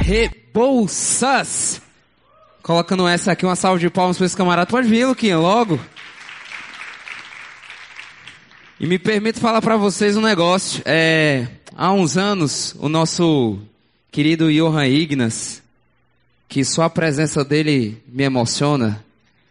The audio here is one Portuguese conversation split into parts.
Rebouças. Colocando essa aqui, uma salva de palmas para esse camarada. Pode vir, Luquinha, logo. E me permito falar para vocês um negócio. Há uns anos, o nosso querido Johan Ignas, que só a presença dele me emociona,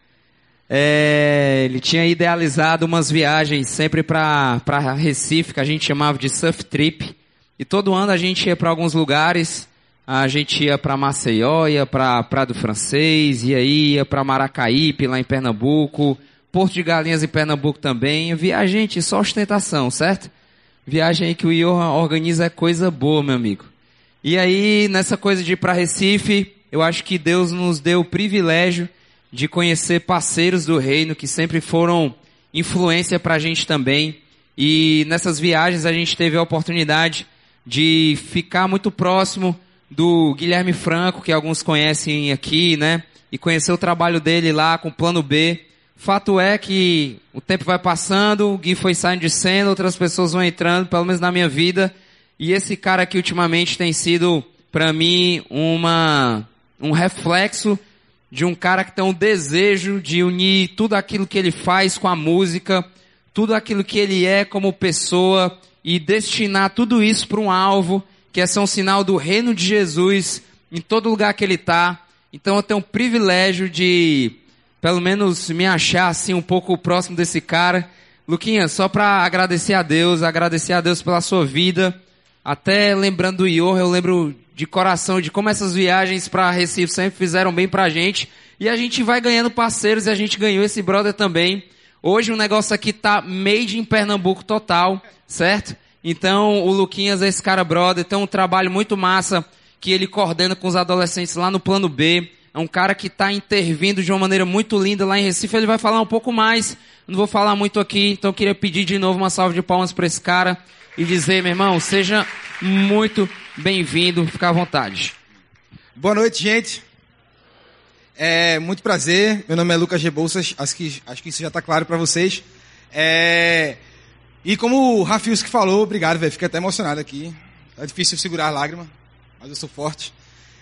ele tinha idealizado umas viagens sempre para Recife, que a gente chamava de surf trip. E todo ano a gente ia para alguns lugares. A gente ia para Maceió, ia para Praia do Francês, ia para Maracaípe, lá em Pernambuco, Porto de Galinhas em Pernambuco também. Viagem, gente, só ostentação, certo? Viagem aí que o Johan organiza é coisa boa, meu amigo. E aí, nessa coisa de ir para Recife, eu acho que Deus nos deu o privilégio de conhecer parceiros do reino que sempre foram influência para a gente também. E nessas viagens a gente teve a oportunidade de ficar muito próximo do Guilherme Franco, que alguns conhecem aqui, né? E conhecer o trabalho dele lá com o Plano B. Fato é que o tempo vai passando, o Gui foi saindo de cena, outras pessoas vão entrando, pelo menos na minha vida. E esse cara aqui ultimamente tem sido, para mim, um reflexo de um cara que tem um desejo de unir tudo aquilo que ele faz com a música, tudo aquilo que ele é como pessoa e destinar tudo isso para um alvo, que é ser um sinal do reino de Jesus em todo lugar que ele está. Então eu tenho o privilégio de, pelo menos, me achar assim um pouco próximo desse cara. Luquinha, só para agradecer a Deus pela sua vida. Até lembrando do Johan, eu lembro de coração de como essas viagens para Recife sempre fizeram bem pra gente. E a gente vai ganhando parceiros e a gente ganhou esse brother também. Hoje o negócio aqui tá made in Pernambuco total, certo? Então, o Luquinhas é esse cara brother, tem um trabalho muito massa que ele coordena com os adolescentes lá no Plano B. É um cara que está intervindo de uma maneira muito linda lá em Recife. Ele vai falar um pouco mais, não vou falar muito aqui, então eu queria pedir de novo uma salva de palmas para esse cara e dizer, meu irmão, seja muito bem-vindo, fica à vontade. Boa noite, gente. Muito prazer, meu nome é Lucas Rebouças, acho que isso já está claro para vocês. E como o Rafius que falou, obrigado, velho. Fiquei até emocionado aqui. É difícil segurar a lágrima, mas eu sou forte.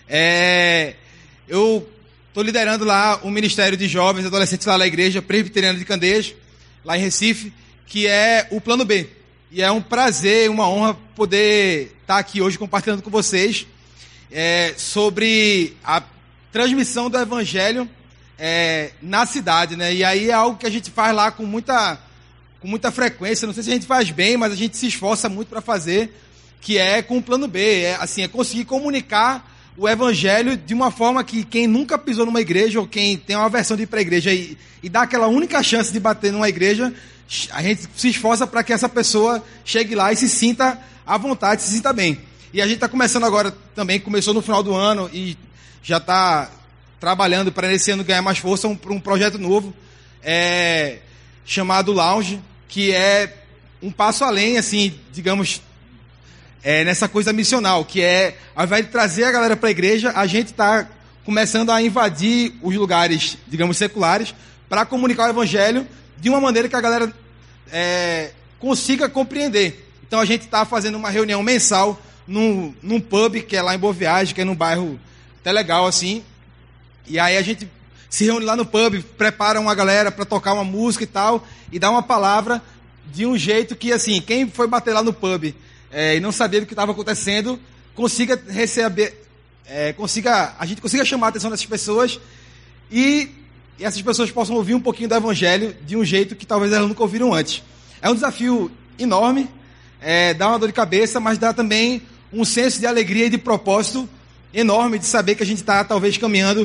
Eu estou liderando lá o Ministério de Jovens e Adolescentes lá na Igreja Presbiteriana de Candeias, lá em Recife, que é o Plano B. E é um prazer, uma honra poder estar aqui hoje compartilhando com vocês sobre a transmissão do Evangelho na cidade, né? E aí é algo que a gente faz lá com muita frequência, não sei se a gente faz bem, mas a gente se esforça muito para fazer, que é com o Plano B, é conseguir comunicar o Evangelho de uma forma que quem nunca pisou numa igreja, ou quem tem uma versão de ir para a igreja e dá aquela única chance de bater numa igreja, a gente se esforça para que essa pessoa chegue lá e se sinta à vontade, se sinta bem. E a gente está começando agora também, começou no final do ano e já está trabalhando para nesse ano ganhar mais força para um projeto novo, chamado Lounge, que é um passo além, assim, digamos, nessa coisa missional, que ao invés de trazer a galera para a igreja, a gente está começando a invadir os lugares, digamos, seculares, para comunicar o evangelho de uma maneira que a galera consiga compreender. Então a gente está fazendo uma reunião mensal num pub, que é lá em Boa Viagem, que é num bairro até legal, assim, e aí a gente se reúne lá no pub, prepara uma galera para tocar uma música e tal, e dá uma palavra de um jeito que, assim, quem foi bater lá no pub e não sabia do que estava acontecendo, consiga receber, a gente consiga chamar a atenção dessas pessoas e essas pessoas possam ouvir um pouquinho do Evangelho de um jeito que talvez elas nunca ouviram antes. É um desafio enorme, dá uma dor de cabeça, mas dá também um senso de alegria e de propósito enorme de saber que a gente está talvez caminhando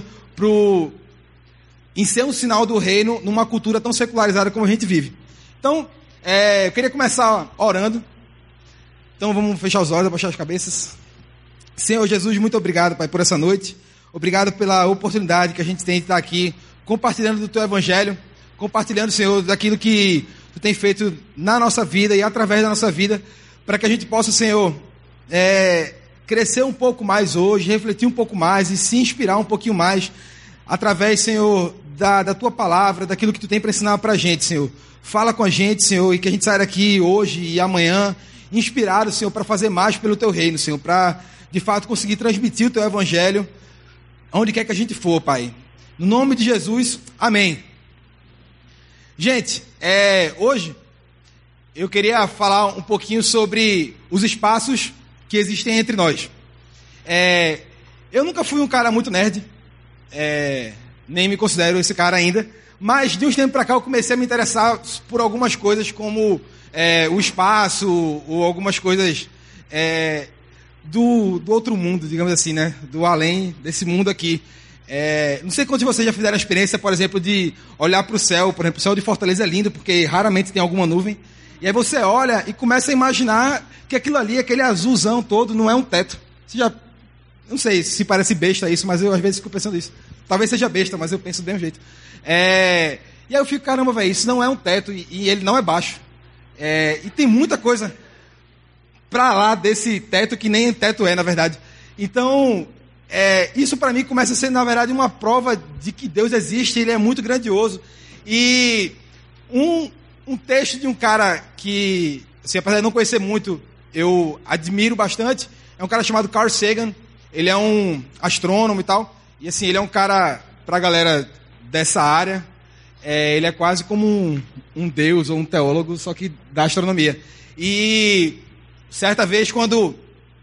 em ser um sinal do reino numa cultura tão secularizada como a gente vive. Então, eu queria começar orando. Então vamos fechar os olhos, abaixar as cabeças. Senhor Jesus, muito obrigado, Pai, por essa noite. Obrigado pela oportunidade que a gente tem de estar aqui compartilhando do Teu Evangelho, compartilhando, Senhor, daquilo que Tu tem feito na nossa vida e através da nossa vida, para que a gente possa, Senhor, crescer um pouco mais hoje, refletir um pouco mais e se inspirar um pouquinho mais através, Senhor, da Tua palavra, daquilo que Tu tem para ensinar para a gente, Senhor. Fala com a gente, Senhor, e que a gente saia daqui hoje e amanhã inspirado, Senhor, para fazer mais pelo Teu reino, Senhor, para de fato, conseguir transmitir o Teu Evangelho aonde quer que a gente for, Pai. No nome de Jesus, amém. Gente, hoje eu queria falar um pouquinho sobre os espaços que existem entre nós. Eu nunca fui um cara muito nerd, nem me considero esse cara ainda, mas de uns tempos para cá eu comecei a me interessar por algumas coisas como o espaço ou algumas coisas do outro mundo, digamos assim, né? Do além desse mundo aqui. Não sei quantos de vocês já fizeram a experiência, por exemplo, de olhar para o céu. Por exemplo, o céu de Fortaleza é lindo, porque raramente tem alguma nuvem. E aí você olha e começa a imaginar que aquilo ali, aquele azulzão todo, não é um teto. Você já... Não sei se parece besta isso, mas eu às vezes fico pensando isso. Talvez seja besta, mas eu penso do mesmo jeito. E aí eu fico, caramba, velho, isso não é um teto e ele não é baixo. E tem muita coisa para lá desse teto que nem teto é, na verdade. Então... isso para mim começa a ser, na verdade, uma prova de que Deus existe, Ele é muito grandioso. E um texto de um cara que, assim, apesar de não conhecer muito, eu admiro bastante, é um cara chamado Carl Sagan. Ele é um astrônomo e tal, e assim, ele é um cara, pra galera dessa área, ele é quase como um deus ou um teólogo, só que da astronomia. E certa vez, quando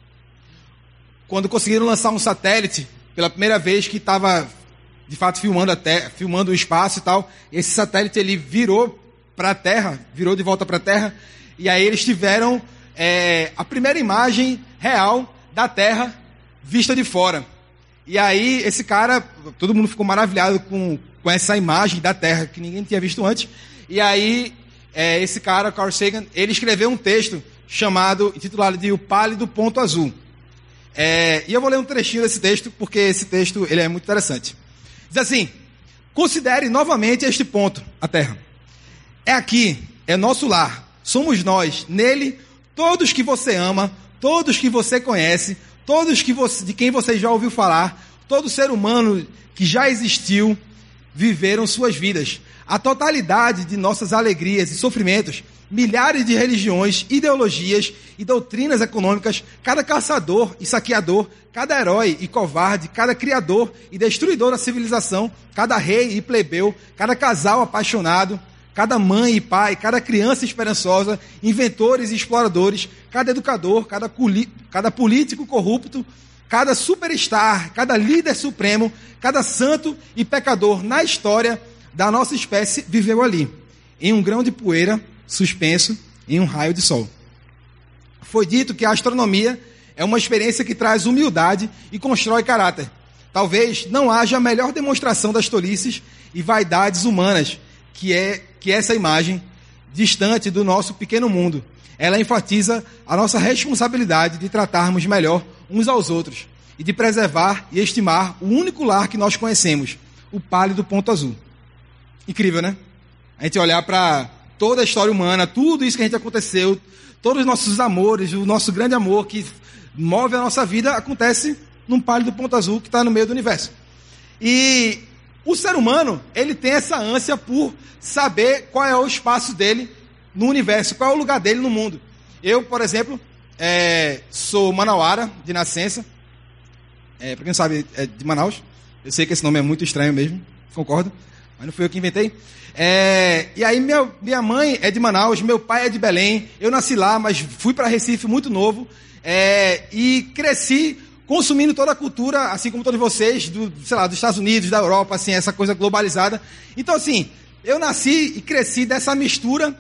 conseguiram lançar um satélite, pela primeira vez que estava, de fato, filmando o espaço e tal, esse satélite ele virou para a Terra, virou de volta para a Terra, e aí eles tiveram a primeira imagem real da Terra vista de fora. E aí esse cara, todo mundo ficou maravilhado com essa imagem da Terra, que ninguém tinha visto antes, e aí esse cara, Carl Sagan, ele escreveu um texto intitulado de O Pálido Ponto Azul. E eu vou ler um trechinho desse texto, porque esse texto ele é muito interessante. Diz assim: considere novamente este ponto, a Terra. É aqui, é nosso lar, somos nós, nele, todos que você ama, todos que você conhece, todos de quem você já ouviu falar, todo ser humano que já existiu, viveram suas vidas. A totalidade de nossas alegrias e sofrimentos, milhares de religiões, ideologias e doutrinas econômicas, cada caçador e saqueador, cada herói e covarde, cada criador e destruidor da civilização, cada rei e plebeu, cada casal apaixonado, cada mãe e pai, cada criança esperançosa, inventores e exploradores, cada educador, cada político corrupto, cada superstar, cada líder supremo, cada santo e pecador na história da nossa espécie viveu ali, em um grão de poeira, suspenso em um raio de sol. Foi dito que a astronomia é uma experiência que traz humildade e constrói caráter. Talvez não haja a melhor demonstração das tolices e vaidades humanas que essa imagem distante do nosso pequeno mundo. Ela enfatiza a nossa responsabilidade de tratarmos melhor uns aos outros e de preservar e estimar o único lar que nós conhecemos, o pálido ponto azul. Incrível, né? A gente olhar para toda a história humana, tudo isso que a gente aconteceu, todos os nossos amores, o nosso grande amor que move a nossa vida, acontece num pálido ponto azul que está no meio do universo. E o ser humano, ele tem essa ânsia por saber qual é o espaço dele no universo, qual é o lugar dele no mundo. Eu, por exemplo, sou manauara de nascença. Para quem não sabe, é de Manaus. Eu sei que esse nome é muito estranho mesmo, concordo, mas não fui eu que inventei. E aí minha mãe é de Manaus, meu pai é de Belém. Eu nasci lá, mas fui para Recife muito novo, e cresci consumindo toda a cultura, assim como todos vocês, dos Estados Unidos, da Europa, assim, essa coisa globalizada. Então, assim, eu nasci e cresci dessa mistura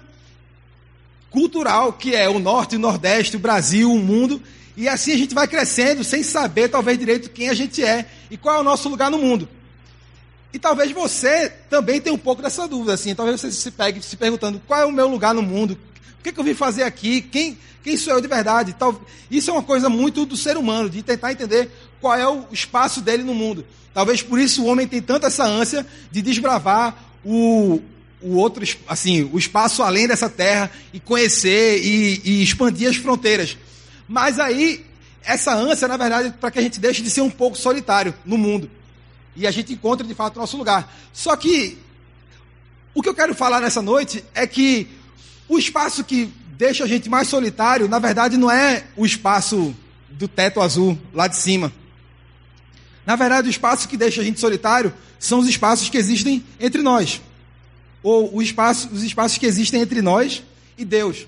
cultural que é o Norte, o Nordeste, o Brasil, o mundo. E assim a gente vai crescendo sem saber, talvez, direito quem a gente é e qual é o nosso lugar no mundo. E talvez você também tenha um pouco dessa dúvida, assim. Talvez você se pegue se perguntando, qual é o meu lugar no mundo? O que eu vim fazer aqui? Quem sou eu de verdade? Isso é uma coisa muito do ser humano, de tentar entender qual é o espaço dele no mundo. Talvez por isso o homem tem tanta essa ânsia de desbravar o outro, assim, o espaço além dessa terra e conhecer e expandir as fronteiras. Mas aí, essa ânsia, na verdade, é para que a gente deixe de ser um pouco solitário no mundo. E a gente encontre, de fato, o nosso lugar. Só que, o que eu quero falar nessa noite é que o espaço que deixa a gente mais solitário, na verdade, não é o espaço do teto azul lá de cima. Na verdade, o espaço que deixa a gente solitário são os espaços que existem entre nós. Ou os espaços que existem entre nós e Deus.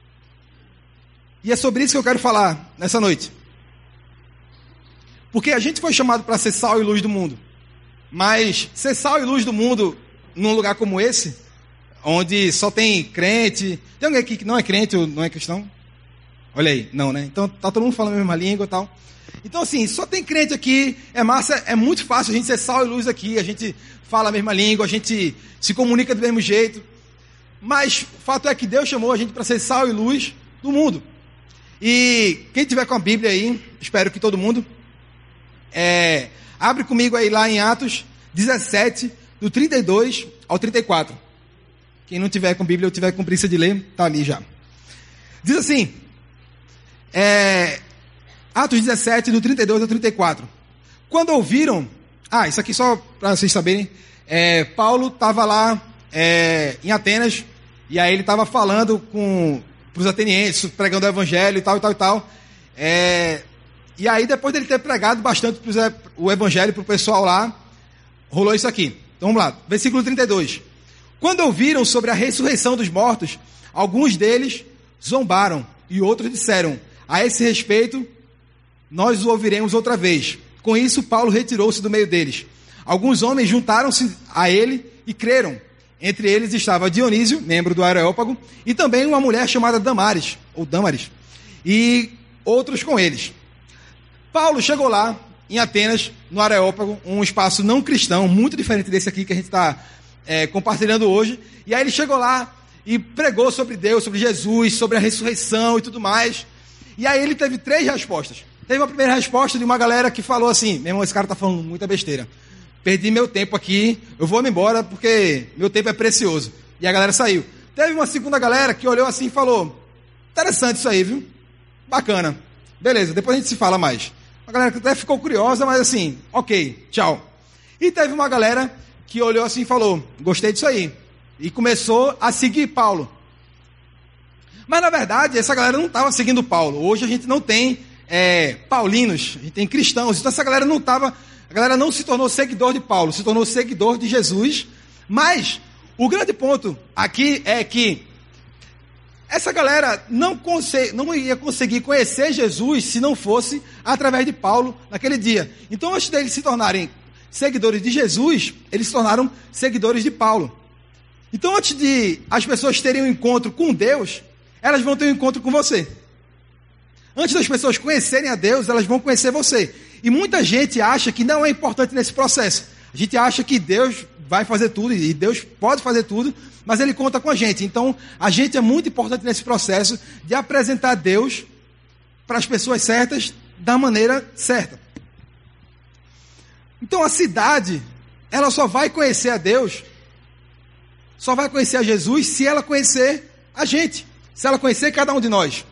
E é sobre isso que eu quero falar nessa noite. Porque a gente foi chamado para ser sal e luz do mundo. Mas ser sal e luz do mundo num lugar como esse, onde só tem crente... Tem alguém aqui que não é crente ou não é cristão? Olha aí, não, né? Então tá todo mundo falando a mesma língua e tal. Então assim, só tem crente aqui, é massa, é muito fácil a gente ser sal e luz aqui, a gente fala a mesma língua, a gente se comunica do mesmo jeito. Mas o fato é que Deus chamou a gente para ser sal e luz do mundo. E quem tiver com a Bíblia aí, espero que todo mundo, abre comigo aí lá em Atos 17, do 32 ao 34. Quem não tiver com Bíblia ou tiver com preguiça de ler, tá ali já. Diz assim, Atos 17, do 32 ao 34. Quando ouviram... isso aqui só para vocês saberem. Paulo estava lá em Atenas, e aí ele estava falando para os atenienses, pregando o evangelho e tal, e tal, e tal. E aí, depois dele ter pregado bastante o evangelho para o pessoal lá, rolou isso aqui. Então vamos lá, versículo 32. Quando ouviram sobre a ressurreição dos mortos, alguns deles zombaram, e outros disseram, a esse respeito, nós o ouviremos outra vez. Com isso, Paulo retirou-se do meio deles. Alguns homens juntaram-se a ele e creram. Entre eles estava Dionísio, membro do Areópago, e também uma mulher chamada Damaris, e outros com eles. Paulo chegou lá, em Atenas, no Areópago, um espaço não cristão, muito diferente desse aqui que a gente está compartilhando hoje. E aí ele chegou lá e pregou sobre Deus, sobre Jesus, sobre a ressurreição e tudo mais. E aí ele teve 3 respostas. Teve uma primeira resposta de uma galera que falou assim, meu irmão, esse cara está falando muita besteira. Perdi meu tempo aqui, eu vou me embora porque meu tempo é precioso. E a galera saiu. Teve uma segunda galera que olhou assim e falou, interessante isso aí, viu? Bacana. Beleza, depois a gente se fala mais. A galera que até ficou curiosa, mas assim, ok, tchau. E teve uma galera que olhou assim e falou, gostei disso aí. E começou a seguir Paulo. Mas na verdade, essa galera não estava seguindo Paulo. Hoje a gente não tem paulinos, a gente tem cristãos. Então essa galera a galera não se tornou seguidor de Paulo, se tornou seguidor de Jesus. Mas o grande ponto aqui é que essa galera não ia conseguir conhecer Jesus se não fosse através de Paulo naquele dia. Então, antes deles se tornarem seguidores de Jesus, eles se tornaram seguidores de Paulo. Então, antes de as pessoas terem um encontro com Deus, elas vão ter um encontro com você. Antes das pessoas conhecerem a Deus, elas vão conhecer você. E muita gente acha que não é importante nesse processo. A gente acha que Deus vai fazer tudo, e Deus pode fazer tudo, mas Ele conta com a gente. Então, a gente é muito importante nesse processo de apresentar Deus para as pessoas certas, da maneira certa. Então, a cidade, ela só vai conhecer a Deus, só vai conhecer a Jesus, se ela conhecer a gente, se ela conhecer cada um de nós.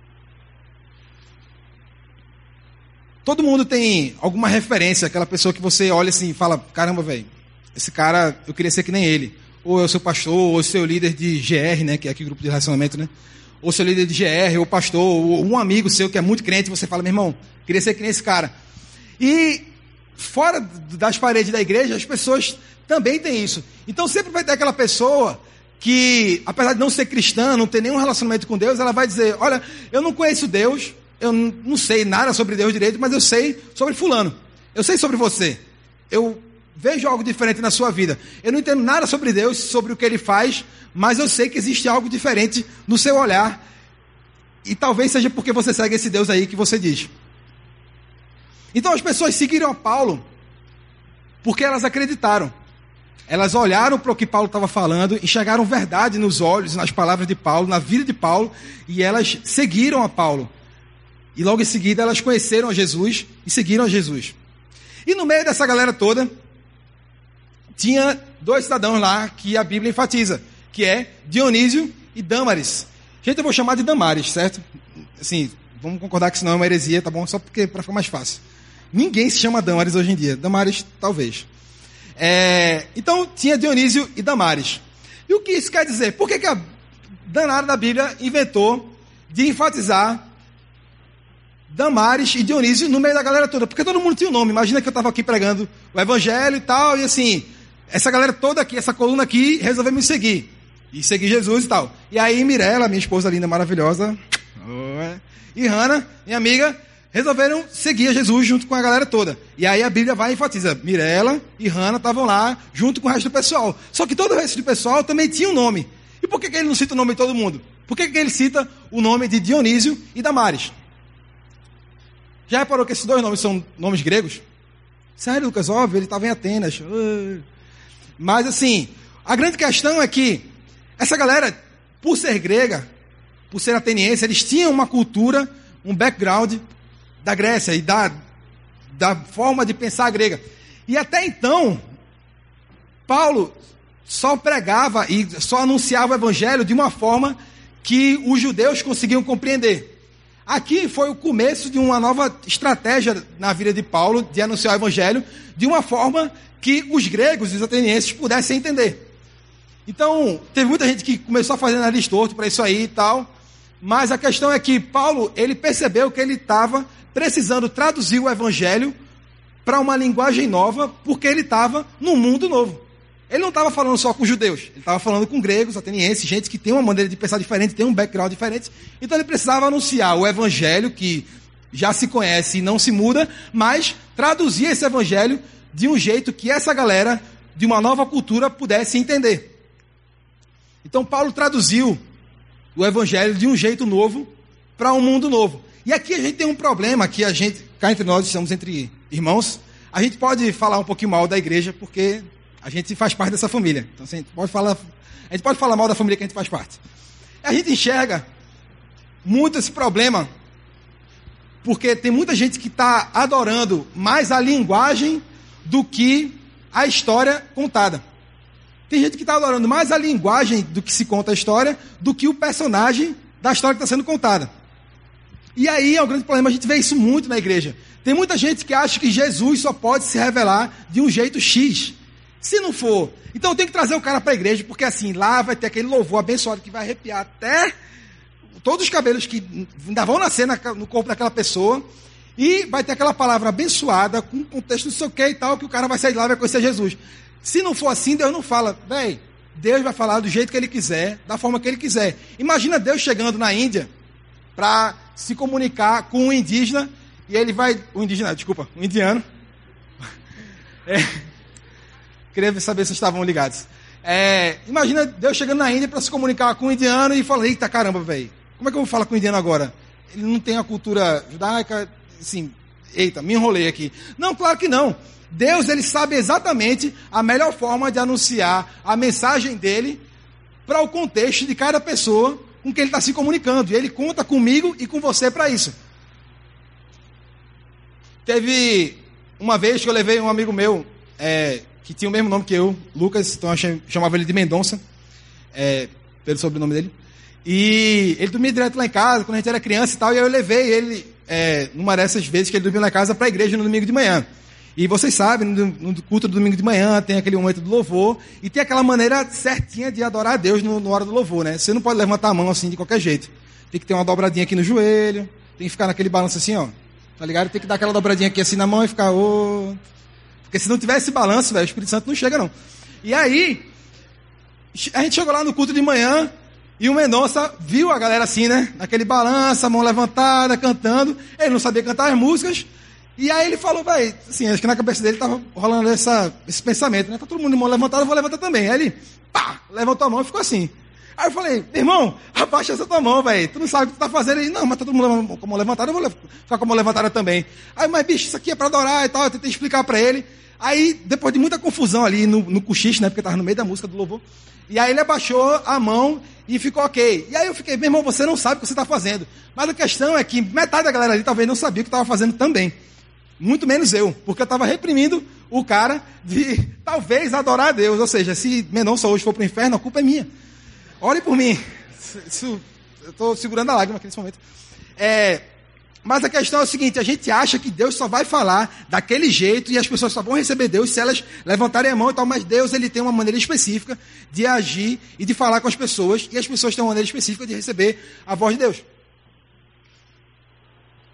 Todo mundo tem alguma referência, aquela pessoa que você olha assim e fala, caramba, velho, esse cara, eu queria ser que nem ele. Ou é o seu pastor, ou o seu líder de GR, né, que é aqui o grupo de relacionamento, né? Ou seu líder de GR, ou pastor, ou um amigo seu que é muito crente, você fala, meu irmão, queria ser que nem esse cara. E fora das paredes da igreja, as pessoas também têm isso. Então sempre vai ter aquela pessoa que, apesar de não ser cristã, não ter nenhum relacionamento com Deus, ela vai dizer, olha, eu não conheço Deus, eu não sei nada sobre Deus direito, mas eu sei sobre fulano. Eu sei sobre você. Eu vejo algo diferente na sua vida. Eu não entendo nada sobre Deus, sobre o que Ele faz, mas eu sei que existe algo diferente no seu olhar. E talvez seja porque você segue esse Deus aí que você diz. Então as pessoas seguiram a Paulo porque elas acreditaram. Elas olharam para o que Paulo estava falando, enxergaram verdade nos olhos, nas palavras de Paulo, na vida de Paulo, e elas seguiram a Paulo. E logo em seguida elas conheceram a Jesus e seguiram a Jesus. E no meio dessa galera toda, tinha 2 cidadãos lá que a Bíblia enfatiza, que é Dionísio e Damaris. Gente, eu vou chamar de Damaris, certo? Assim, vamos concordar que senão é uma heresia, tá bom? Só porque para ficar mais fácil. Ninguém se chama Damaris hoje em dia. Damaris, talvez. Então, tinha Dionísio e Damaris. E o que isso quer dizer? Por que a danada da Bíblia inventou de enfatizar Damares e Dionísio no meio da galera toda, porque todo mundo tinha um nome. Imagina que eu estava aqui pregando o evangelho e tal, e assim, essa galera toda aqui, essa coluna aqui, resolveu me seguir. E seguir Jesus e tal. E aí Mirella, minha esposa linda, maravilhosa, e Hannah, minha amiga, resolveram seguir a Jesus junto com a galera toda. E aí a Bíblia vai e enfatiza, Mirella e Hannah estavam lá junto com o resto do pessoal. Só que todo o resto do pessoal também tinha um nome. E por que ele não cita o nome de todo mundo? Por que ele cita o nome de Dionísio e Damares? Já reparou que esses dois nomes são nomes gregos? Sério, Lucas? Óbvio, ele estava em Atenas. Mas assim, a grande questão é que essa galera, por ser grega, por ser ateniense, eles tinham uma cultura, um background da Grécia e da forma de pensar grega. E até então, Paulo só pregava e só anunciava o evangelho de uma forma que os judeus conseguiam compreender. Aqui foi o começo de uma nova estratégia na vida de Paulo, de anunciar o evangelho, de uma forma que os gregos e os atenienses pudessem entender. Então, teve muita gente que começou a fazer nariz torto para isso aí e tal, mas a questão é que Paulo, ele percebeu que ele estava precisando traduzir o evangelho para uma linguagem nova, porque ele estava num mundo novo. Ele não estava falando só com judeus, ele estava falando com gregos, atenienses, gente que tem uma maneira de pensar diferente, tem um background diferente. Então ele precisava anunciar o evangelho, que já se conhece e não se muda, mas traduzir esse evangelho de um jeito que essa galera de uma nova cultura pudesse entender. Então Paulo traduziu o evangelho de um jeito novo para um mundo novo. E aqui a gente tem um problema, que a gente, cá entre nós, estamos entre irmãos, a gente pode falar um pouquinho mal da igreja, porque a gente faz parte dessa família. Então assim, a gente pode falar mal da família que a gente faz parte. A gente enxerga muito esse problema, porque tem muita gente que está adorando mais a linguagem do que a história contada. Tem gente que está adorando mais a linguagem do que se conta a história, do que o personagem da história que está sendo contada. E aí é um grande problema, a gente vê isso muito na igreja. Tem muita gente que acha que Jesus só pode se revelar de um jeito X. Se não for, então eu tenho que trazer o cara para a igreja, porque assim, lá vai ter aquele louvor abençoado que vai arrepiar até todos os cabelos que ainda vão nascer no corpo daquela pessoa, e vai ter aquela palavra abençoada, com contexto não sei o que e tal, que o cara vai sair de lá e vai conhecer Jesus. Se não for assim, Deus não fala, Deus vai falar do jeito que Ele quiser, da forma que Ele quiser. Imagina Deus chegando na Índia para se comunicar com um indígena, e ele vai, um indiano, queria saber se estavam ligados. Imagina Deus chegando na Índia para se comunicar com um indiano e falando, eita caramba, velho, como é que eu vou falar com o indiano agora? Ele não tem a cultura judaica, assim, eita, me enrolei aqui. Não, claro que não. Deus, ele sabe exatamente a melhor forma de anunciar a mensagem dele para o contexto de cada pessoa com quem ele está se comunicando. E ele conta comigo e com você para isso. Teve uma vez que eu levei um amigo meu, que tinha o mesmo nome que eu, Lucas, então eu chamava ele de Mendonça, pelo sobrenome dele. E ele dormia direto lá em casa, quando a gente era criança e tal, e aí eu levei ele, numa dessas vezes que ele dormiu lá em casa, para a igreja no domingo de manhã. E vocês sabem, no culto do domingo de manhã, tem aquele momento do louvor, e tem aquela maneira certinha de adorar a Deus na hora do louvor, né? Você não pode levantar a mão assim de qualquer jeito. Tem que ter uma dobradinha aqui no joelho, tem que ficar naquele balanço assim, ó. Tá ligado? Tem que dar aquela dobradinha aqui assim na mão e ficar, Porque se não tiver esse balanço, velho, o Espírito Santo não chega, não. E aí, a gente chegou lá no culto de manhã, e o Mendonça viu a galera assim, né? Naquele balanço, a mão levantada, cantando. Ele não sabia cantar as músicas. E aí ele falou, velho, assim, acho que na cabeça dele tava rolando esse pensamento, né? Tá todo mundo de mão levantada, eu vou levantar também. Aí ele, levantou a mão e ficou assim. Aí eu falei, irmão, abaixa essa tua mão, velho. Tu não sabe o que tu tá fazendo. Ele, não, mas tá todo mundo com a mão levantada, eu vou ficar com a mão levantada também. Aí, mas bicho, isso aqui é pra adorar e tal. Eu tentei explicar pra ele. Aí, depois de muita confusão ali no cochiche, né? Porque tava no meio da música do louvor. E aí ele abaixou a mão e ficou ok. E aí eu fiquei, meu irmão, você não sabe o que você tá fazendo. Mas a questão é que metade da galera ali talvez não sabia o que tava fazendo também. Muito menos eu, porque eu estava reprimindo o cara de talvez adorar a Deus. Ou seja, se Mendonça hoje for para o inferno, a culpa é minha. Ore por mim. Eu estou segurando a lágrima aqui nesse momento. Mas a questão é o seguinte, a gente acha que Deus só vai falar daquele jeito e as pessoas só vão receber Deus se elas levantarem a mão e tal, mas Deus, ele tem uma maneira específica de agir e de falar com as pessoas, e as pessoas têm uma maneira específica de receber a voz de Deus.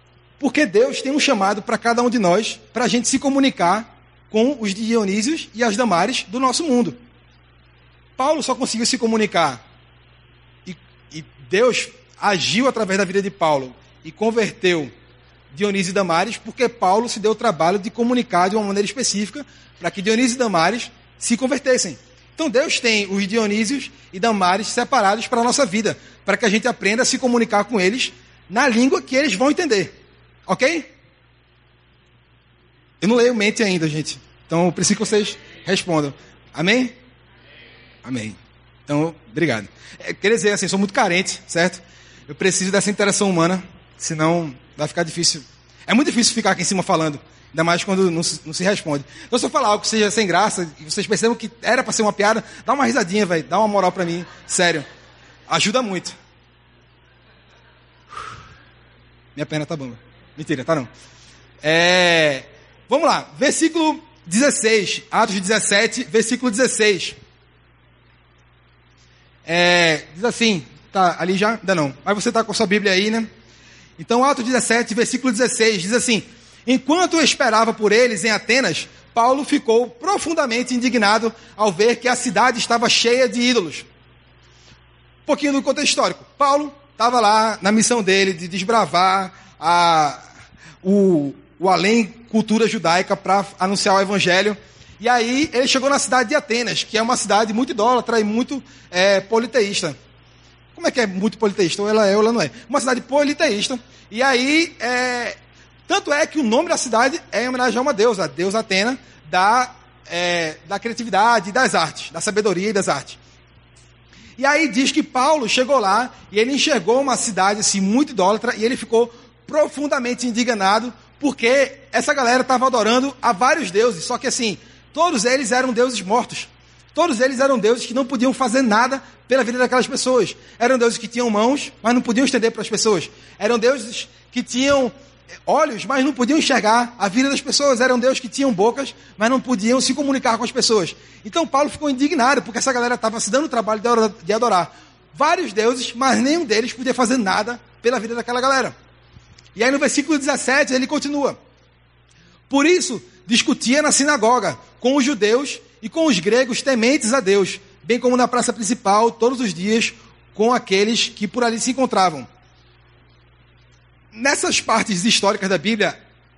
Porque Deus tem um chamado para cada um de nós, para a gente se comunicar com os Dionísios e as Damares do nosso mundo. Paulo só conseguiu se comunicar, e Deus agiu através da vida de Paulo e converteu Dionísio e Damares, porque Paulo se deu o trabalho de comunicar de uma maneira específica para que Dionísio e Damares se convertessem. Então Deus tem os Dionísios e Damares separados para a nossa vida, para que a gente aprenda a se comunicar com eles na língua que eles vão entender. Ok? Eu não leio mente ainda, gente. Então eu preciso que vocês respondam. Amém? Amém. Então, obrigado. Queria dizer assim, sou muito carente, certo? Eu preciso dessa interação humana, senão vai ficar difícil. É muito difícil ficar aqui em cima falando, ainda mais quando não se responde. Então, se eu falar algo que seja sem graça, e vocês percebam que era para ser uma piada, dá uma risadinha, velho. Dá uma moral para mim, sério. Ajuda muito. Minha perna tá bamba. Mentira, tá não. Vamos lá, versículo 16, Atos 17, versículo 16. Diz assim, tá ali já? Ainda não. Mas você tá com a sua Bíblia aí, né? Então, Atos 17, versículo 16, diz assim: enquanto esperava por eles em Atenas, Paulo ficou profundamente indignado ao ver que a cidade estava cheia de ídolos. Um pouquinho do contexto histórico. Paulo estava lá na missão dele de desbravar o além cultura judaica para anunciar o evangelho. E aí ele chegou na cidade de Atenas, que é uma cidade muito idólatra e muito politeísta. Como é que é muito politeísta? Ou ela é ou ela não é. Uma cidade politeísta. E aí, tanto é que o nome da cidade é em homenagem a uma deusa, a deusa Atena, da criatividade e das artes, da sabedoria e das artes. E aí diz que Paulo chegou lá e ele enxergou uma cidade assim, muito idólatra, e ele ficou profundamente indignado porque essa galera estava adorando a vários deuses, só que assim, todos eles eram deuses mortos. Todos eles eram deuses que não podiam fazer nada pela vida daquelas pessoas. Eram deuses que tinham mãos, mas não podiam estender para as pessoas. Eram deuses que tinham olhos, mas não podiam enxergar a vida das pessoas. Eram deuses que tinham bocas, mas não podiam se comunicar com as pessoas. Então Paulo ficou indignado, porque essa galera estava se dando o trabalho de adorar vários deuses, mas nenhum deles podia fazer nada pela vida daquela galera. E aí no versículo 17 ele continua: por isso discutia na sinagoga com os judeus e com os gregos tementes a Deus, bem como na praça principal, todos os dias, com aqueles que por ali se encontravam. Nessas partes históricas da Bíblia,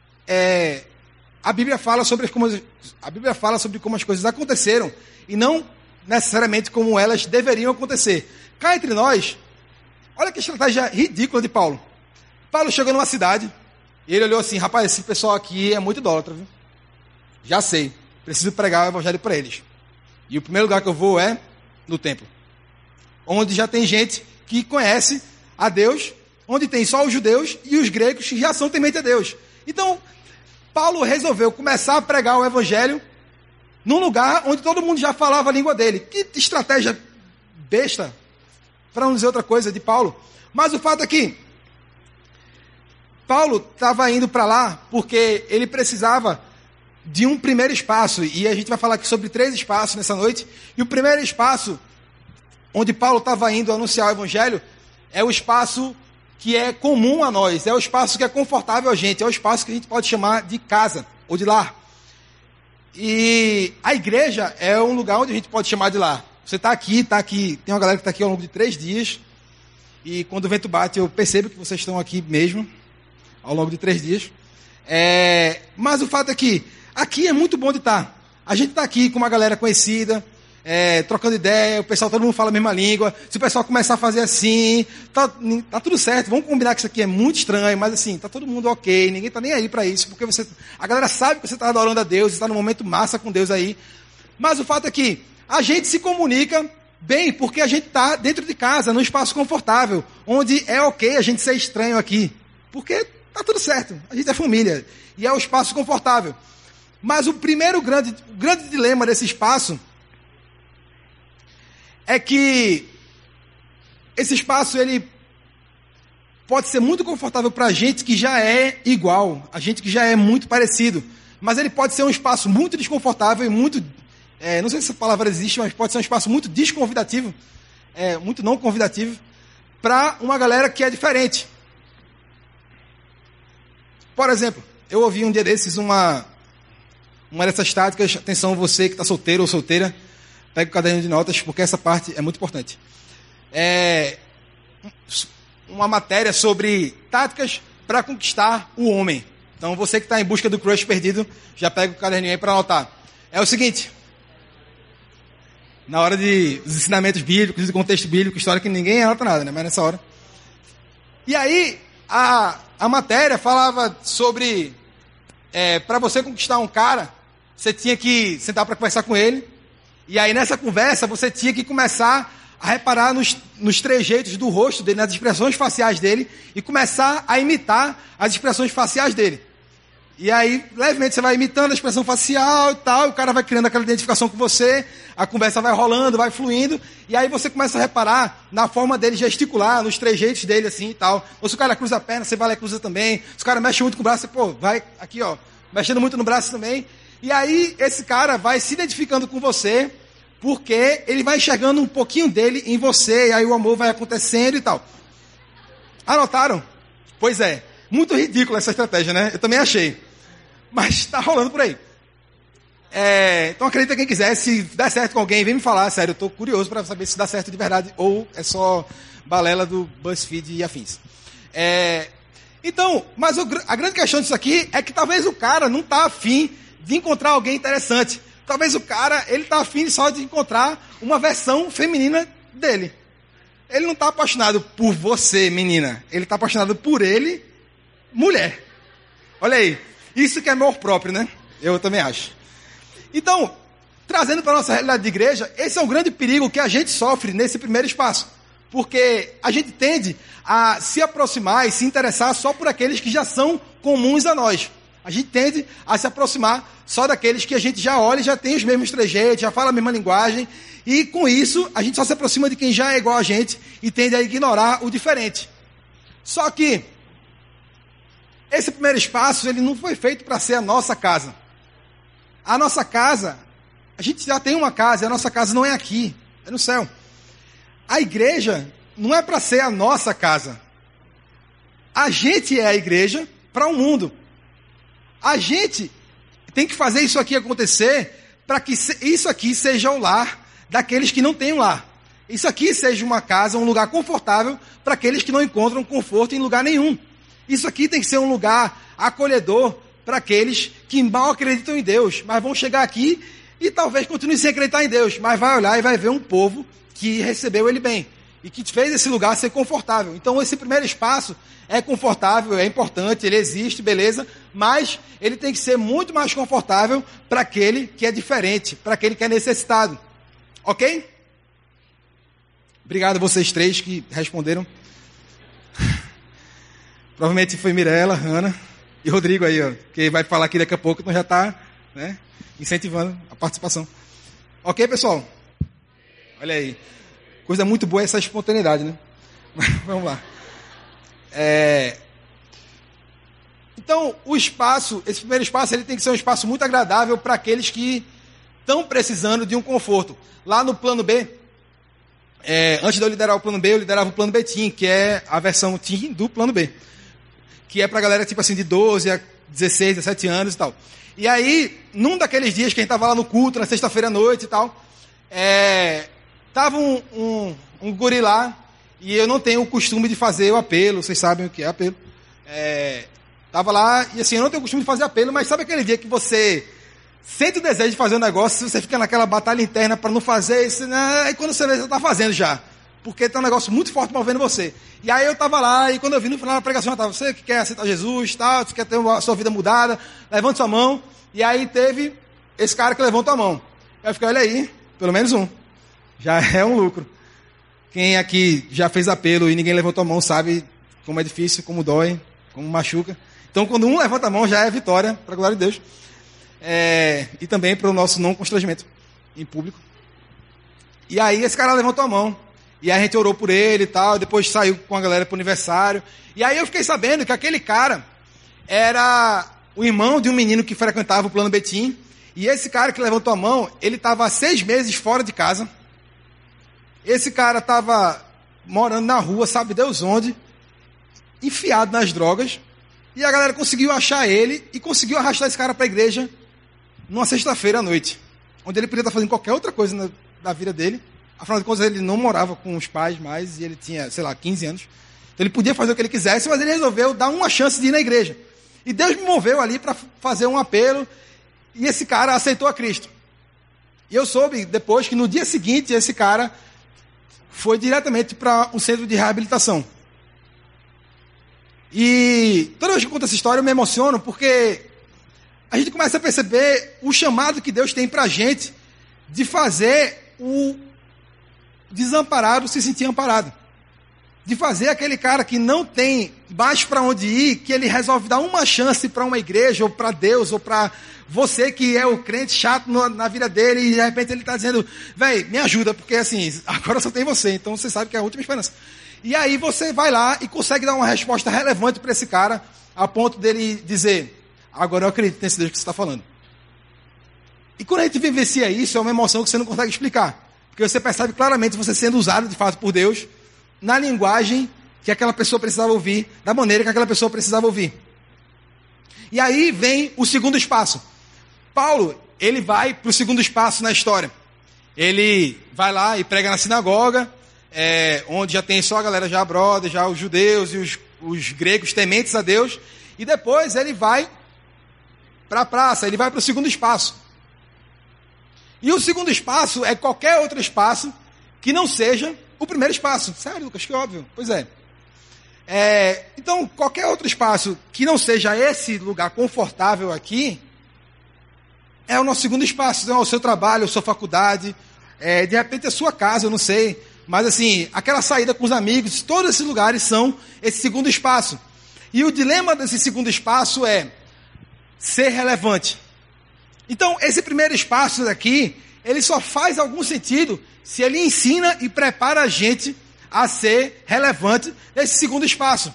a Bíblia fala sobre como as coisas aconteceram e não necessariamente como elas deveriam acontecer. Cá entre nós, olha que estratégia ridícula de Paulo. Paulo chegou numa cidade e ele olhou assim: rapaz, esse pessoal aqui é muito idólatra, viu? Já sei, preciso pregar o evangelho para eles. E o primeiro lugar que eu vou é no templo, onde já tem gente que conhece a Deus, onde tem só os judeus e os gregos que já são tementes a Deus. Então, Paulo resolveu começar a pregar o evangelho num lugar onde todo mundo já falava a língua dele. Que estratégia besta, para não dizer outra coisa, de Paulo. Mas o fato é que Paulo estava indo para lá porque ele precisava de um primeiro espaço, e a gente vai falar aqui sobre 3 espaços nessa noite. E o primeiro espaço onde Paulo estava indo anunciar o evangelho é o espaço que é comum a nós, é o espaço que é confortável a gente, é o espaço que a gente pode chamar de casa ou de lar. E a igreja é um lugar onde a gente pode chamar de lar. Você está aqui, tem uma galera que está aqui ao longo de 3 dias, e quando o vento bate eu percebo que vocês estão aqui mesmo, ao longo de 3 dias. Mas o fato é que aqui é muito bom de estar. A gente está aqui com uma galera conhecida, trocando ideia, o pessoal, todo mundo fala a mesma língua. Se o pessoal começar a fazer assim, tá tudo certo. Vamos combinar que isso aqui é muito estranho, mas assim, tá todo mundo ok, ninguém tá nem aí para isso, porque a galera sabe que você está adorando a Deus, está num momento massa com Deus aí. Mas o fato é que a gente se comunica bem, porque a gente está dentro de casa, num espaço confortável, onde é ok a gente ser estranho aqui, porque tá tudo certo, a gente é família, e é um espaço confortável. Mas o grande dilema desse espaço é que esse espaço ele pode ser muito confortável para a gente que já é igual, a gente que já é muito parecido, mas ele pode ser um espaço muito desconfortável e muito, não sei se essa palavra existe, mas pode ser um espaço muito desconvidativo, muito não convidativo, para uma galera que é diferente. Por exemplo, eu ouvi um dia desses uma dessas táticas. Atenção, você que está solteiro ou solteira, pega o caderno de notas, porque essa parte é muito importante. Uma matéria sobre táticas para conquistar o homem. Então, você que está em busca do crush perdido, já pega o caderninho aí para anotar. É o seguinte: na hora dos ensinamentos bíblicos, do contexto bíblico, história que ninguém anota nada, né? Mas nessa hora. E aí, a matéria falava sobre, para você conquistar um cara, você tinha que sentar para conversar com ele. E aí, nessa conversa, você tinha que começar a reparar nos trejeitos do rosto dele, nas expressões faciais dele, e começar a imitar as expressões faciais dele. E aí, levemente, você vai imitando a expressão facial e tal, e o cara vai criando aquela identificação com você, a conversa vai rolando, vai fluindo, e aí você começa a reparar na forma dele gesticular, nos trejeitos dele, assim e tal. Ou se o cara cruza a perna, você vai lá e cruza também. Se o cara mexe muito com o braço, você, pô, vai aqui, ó, mexendo muito no braço também. E aí, esse cara vai se identificando com você, porque ele vai enxergando um pouquinho dele em você, e aí o amor vai acontecendo e tal. Anotaram? Pois é. Muito ridícula essa estratégia, né? Eu também achei. Mas está rolando por aí. Então acredita quem quiser. Se der certo com alguém, vem me falar. Sério, eu estou curioso para saber se dá certo de verdade ou é só balela do BuzzFeed e afins. Então, mas a grande questão disso aqui é que talvez o cara não está afim de encontrar alguém interessante. Talvez o cara, ele está afim só de encontrar uma versão feminina dele. Ele não está apaixonado por você, menina. Ele está apaixonado por ele, mulher. Olha aí. Isso que é amor próprio, né? Eu também acho. Então, trazendo para a nossa realidade de igreja, esse é um grande perigo que a gente sofre nesse primeiro espaço. Porque a gente tende a se aproximar e se interessar só por aqueles que já são comuns a nós. A gente tende a se aproximar só daqueles que a gente já olha e já tem os mesmos trejeitos, já fala a mesma linguagem. E com isso, a gente só se aproxima de quem já é igual a gente e tende a ignorar o diferente. Só que esse primeiro espaço, ele não foi feito para ser a nossa casa. A nossa casa, a gente já tem uma casa, e a nossa casa não é aqui, é no céu. A igreja não é para ser a nossa casa. A gente é a igreja para o mundo. A gente tem que fazer isso aqui acontecer para que isso aqui seja o lar daqueles que não têm um lar. Isso aqui seja uma casa, um lugar confortável para aqueles que não encontram conforto em lugar nenhum. Isso aqui tem que ser um lugar acolhedor para aqueles que mal acreditam em Deus, mas vão chegar aqui e talvez continuem sem acreditar em Deus, mas vai olhar e vai ver um povo que recebeu ele bem e que fez esse lugar ser confortável. Então esse primeiro espaço é confortável, é importante, ele existe, beleza, mas ele tem que ser muito mais confortável para aquele que é diferente, para aquele que é necessitado. Ok? Obrigado a vocês três que responderam. Provavelmente foi Mirella, Ana e Rodrigo aí, ó, que vai falar aqui daqui a pouco, então já está, né, incentivando a participação. Ok, pessoal? Olha aí. Coisa muito boa é essa espontaneidade, né? Vamos lá. Então, o espaço, esse primeiro espaço, ele tem que ser um espaço muito agradável para aqueles que estão precisando de um conforto. Lá no plano B, antes de eu liderar o plano B, eu liderava o plano B Team, que é a versão Team do plano B. Que é pra galera, tipo assim, de 12 a 16, 17 anos e tal. E aí, num daqueles dias que a gente tava lá no culto, na sexta-feira à noite e tal, tava um guri lá, e eu não tenho o costume de fazer o apelo, vocês sabem o que é apelo. Tava lá, e assim, eu não tenho o costume de fazer apelo, mas sabe aquele dia que você sente o desejo de fazer um negócio, você fica naquela batalha interna para não fazer isso, né? E quando você vê, você tá fazendo já. Porque tem um negócio muito forte movendo você. E aí eu estava lá, e quando eu vi no final da pregação, eu estava, você que quer aceitar Jesus, tal, você quer ter a sua vida mudada, levante sua mão. E aí teve esse cara que levantou a mão. Aí eu fiquei, olha aí, pelo menos um. Já é um lucro. Quem aqui já fez apelo e ninguém levantou a mão sabe como é difícil, como dói, como machuca. Então quando um levanta a mão já é vitória, para a glória de Deus. E também para o nosso não constrangimento em público. E aí esse cara levantou a mão. E aí a gente orou por ele e tal, depois saiu com a galera para o aniversário. E aí eu fiquei sabendo que aquele cara era o irmão de um menino que frequentava o plano Betim. E esse cara que levantou a mão, ele estava há 6 meses fora de casa. Esse cara estava morando na rua, sabe Deus onde, enfiado nas drogas. E a galera conseguiu achar ele e conseguiu arrastar esse cara para a igreja numa sexta-feira à noite, onde ele podia estar fazendo qualquer outra coisa da vida dele. Afinal de contas, ele não morava com os pais mais e ele tinha, 15 anos. Então ele podia fazer o que ele quisesse, mas ele resolveu dar uma chance de ir na igreja. E Deus me moveu ali para fazer um apelo e esse cara aceitou a Cristo. E eu soube depois que no dia seguinte esse cara foi diretamente para um centro de reabilitação. E toda vez que eu conto essa história eu me emociono porque a gente começa a perceber o chamado que Deus tem para a gente de fazer o desamparado se sentir amparado. De fazer aquele cara que não tem mais para onde ir, que ele resolve dar uma chance para uma igreja, ou para Deus, ou para você que é o crente chato na vida dele, e de repente ele está dizendo, velho, me ajuda, porque assim, agora só tem você, então você sabe que é a última esperança. E aí você vai lá e consegue dar uma resposta relevante para esse cara, a ponto dele dizer, agora eu acredito nesse Deus que você está falando. E quando a gente vivencia isso, é uma emoção que você não consegue explicar. Porque você percebe claramente você sendo usado de fato por Deus, na linguagem que aquela pessoa precisava ouvir, da maneira que aquela pessoa precisava ouvir. E aí vem o segundo espaço. Paulo, ele vai para o segundo espaço na história. Ele vai lá e prega na sinagoga, onde já tem só a galera já brother, já os judeus e os gregos tementes a Deus. E depois ele vai para a praça, ele vai para o segundo espaço. E o segundo espaço é qualquer outro espaço que não seja o primeiro espaço. Sério, Lucas, que óbvio. Pois é. Então, qualquer outro espaço que não seja esse lugar confortável aqui, é o nosso segundo espaço. Então, é o seu trabalho, a sua faculdade, de repente a sua casa, eu não sei. Mas assim, aquela saída com os amigos, todos esses lugares são esse segundo espaço. E o dilema desse segundo espaço é ser relevante. Então, esse primeiro espaço daqui, ele só faz algum sentido se ele ensina e prepara a gente a ser relevante nesse segundo espaço.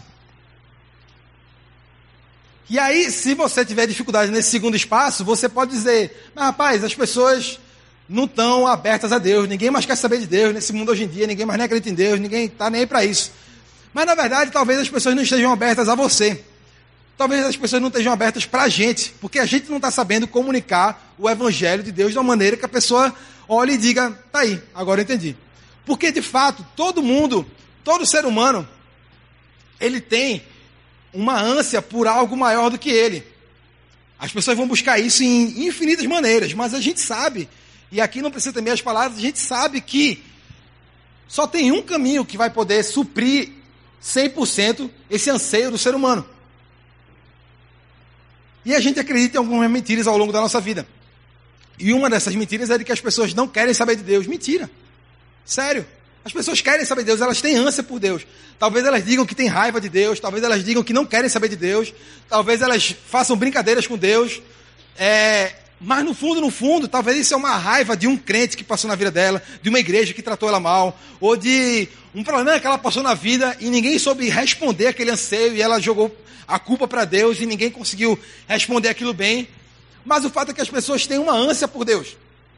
E aí, se você tiver dificuldade nesse segundo espaço, você pode dizer, mas rapaz, as pessoas não estão abertas a Deus, ninguém mais quer saber de Deus nesse mundo hoje em dia, ninguém mais nem acredita em Deus, ninguém está nem aí para isso. Mas na verdade, talvez as pessoas não estejam abertas a você. Talvez as pessoas não estejam abertas para a gente, porque a gente não está sabendo comunicar o evangelho de Deus de uma maneira que a pessoa olhe e diga, tá aí, agora eu entendi. Porque de fato, todo mundo, todo ser humano, ele tem uma ânsia por algo maior do que ele. As pessoas vão buscar isso em infinitas maneiras, mas a gente sabe, e aqui não precisa ter meias palavras, a gente sabe que só tem um caminho que vai poder suprir 100% esse anseio do ser humano. E a gente acredita em algumas mentiras ao longo da nossa vida. E uma dessas mentiras é de que as pessoas não querem saber de Deus. Mentira. Sério. As pessoas querem saber de Deus, elas têm ânsia por Deus. Talvez elas digam que têm raiva de Deus, talvez elas digam que não querem saber de Deus, talvez elas façam brincadeiras com Deus. Mas no fundo, talvez isso é uma raiva de um crente que passou na vida dela, de uma igreja que tratou ela mal, ou de um problema que ela passou na vida e ninguém soube responder aquele anseio e ela jogou a culpa para Deus e ninguém conseguiu responder aquilo bem. Mas o fato é que as pessoas têm uma ânsia por Deus.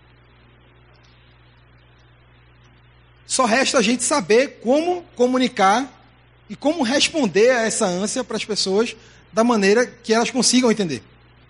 Só resta a gente saber como comunicar e como responder a essa ânsia para as pessoas da maneira que elas consigam entender.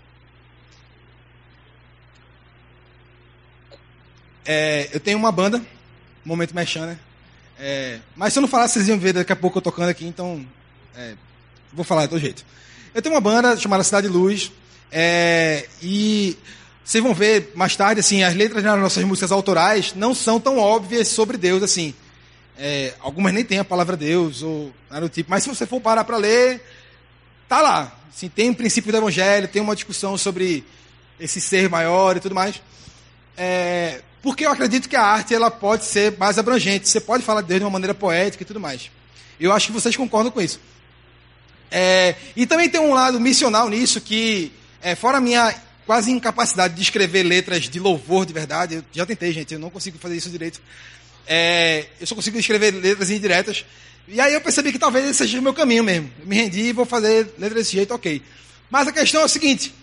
Eu tenho uma banda, momento mexendo, né? Mas se eu não falar, vocês iam ver daqui a pouco eu tocando aqui, então vou falar de todo jeito. Eu tenho uma banda chamada Cidade Luz, e vocês vão ver mais tarde, assim, as letras das nossas músicas autorais não são tão óbvias sobre Deus, assim. Algumas nem têm a palavra Deus, ou nada do tipo, mas se você for parar para ler, tá lá. Assim, tem um princípio do Evangelho, tem uma discussão sobre esse ser maior e tudo mais. Porque eu acredito que a arte ela pode ser mais abrangente. Você pode falar de Deus de uma maneira poética e tudo mais. Eu acho que vocês concordam com isso. E também tem um lado missional nisso, que fora a minha quase incapacidade de escrever letras de louvor de verdade, eu já tentei, gente, eu não consigo fazer isso direito. Eu só consigo escrever letras indiretas. E aí eu percebi que talvez esse seja o meu caminho mesmo. Eu me rendi e vou fazer letras desse jeito, ok. Mas a questão é o seguinte.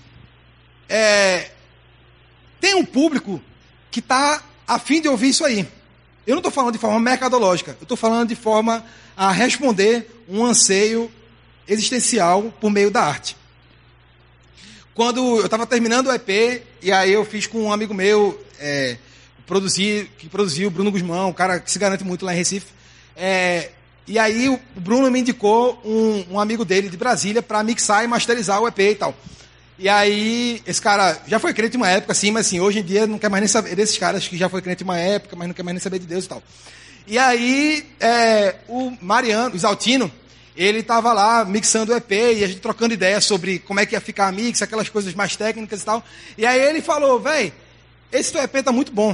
Tem um público que está a fim de ouvir isso aí. Eu não estou falando de forma mercadológica, eu estou falando de forma a responder um anseio existencial por meio da arte. Quando eu estava terminando o EP, e aí eu fiz com um amigo meu, que produziu, o Bruno Guzmão, um cara que se garante muito lá em Recife. E aí o Bruno me indicou um amigo dele de Brasília para mixar e masterizar o EP e tal. E aí esse cara já foi crente em uma época, assim, mas assim, hoje em dia não quer mais nem saber desses caras que já foi crente em uma época, mas não quer mais nem saber de Deus e tal. E aí o Mariano, o Exaltino, ele estava lá mixando o EP e a gente trocando ideias sobre como é que ia ficar a mix, aquelas coisas mais técnicas e tal. E aí ele falou, véi, esse teu EP tá muito bom.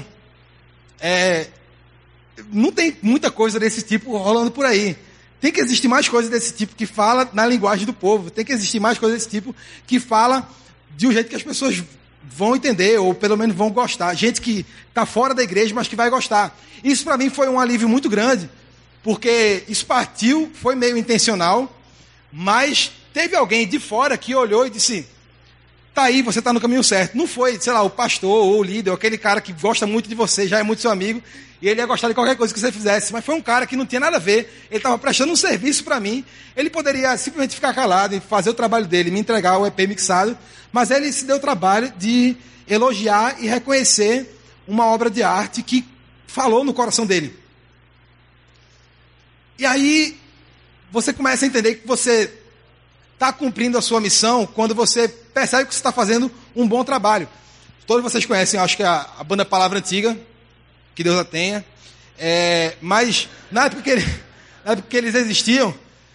Não tem muita coisa desse tipo rolando por aí. Tem que existir mais coisa desse tipo que fala na linguagem do povo. Tem que existir mais coisa desse tipo que fala de um jeito que as pessoas vão entender, ou pelo menos vão gostar. Gente que está fora da igreja, mas que vai gostar. Isso para mim foi um alívio muito grande, porque isso partiu, foi meio intencional, mas teve alguém de fora que olhou e disse, tá aí, você está no caminho certo. Não foi, sei lá, o pastor ou o líder, ou aquele cara que gosta muito de você, já é muito seu amigo, e ele ia gostar de qualquer coisa que você fizesse, mas foi um cara que não tinha nada a ver, ele estava prestando um serviço para mim, ele poderia simplesmente ficar calado e fazer o trabalho dele, me entregar o EP mixado, mas ele se deu o trabalho de elogiar e reconhecer uma obra de arte que falou no coração dele. E aí você começa a entender que você está cumprindo a sua missão quando você percebe que você está fazendo um bom trabalho. Todos vocês conhecem, acho que a banda Palavra Antiga, que Deus a tenha. Mas na época que eles existiam,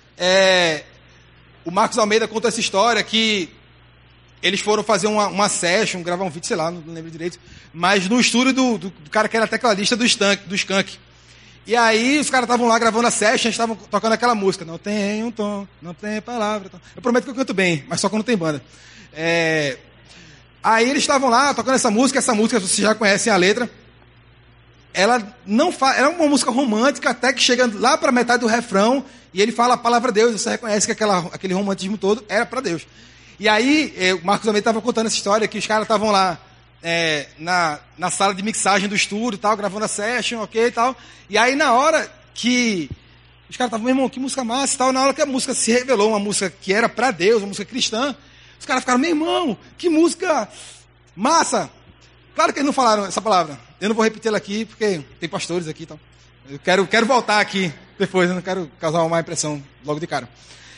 o Marcos Almeida conta essa história que eles foram fazer uma session, gravar um vídeo, sei lá, não lembro direito, mas no estúdio do cara que era tecladista do Skank. E aí os caras estavam lá gravando a session, estavam tocando aquela música, não tem um tom, não tem palavra. Eu prometo que eu canto bem, mas só quando tem banda. Aí eles estavam lá tocando essa música vocês já conhecem a letra. Ela é uma música romântica, até que chega lá para metade do refrão, e ele fala a palavra Deus, você reconhece que aquele romantismo todo era para Deus. E aí, o Marcos também estava contando essa história, que os caras estavam lá na sala de mixagem do estúdio, tal, gravando a session, ok e tal. E aí, na hora que os caras estavam, meu irmão, que música massa e tal, na hora que a música se revelou, uma música que era para Deus, uma música cristã, os caras ficaram, meu irmão, que música massa! Claro que eles não falaram essa palavra. Eu não vou repetir ela aqui, porque tem pastores aqui e tal. Eu quero voltar aqui depois, eu não quero causar uma má impressão logo de cara.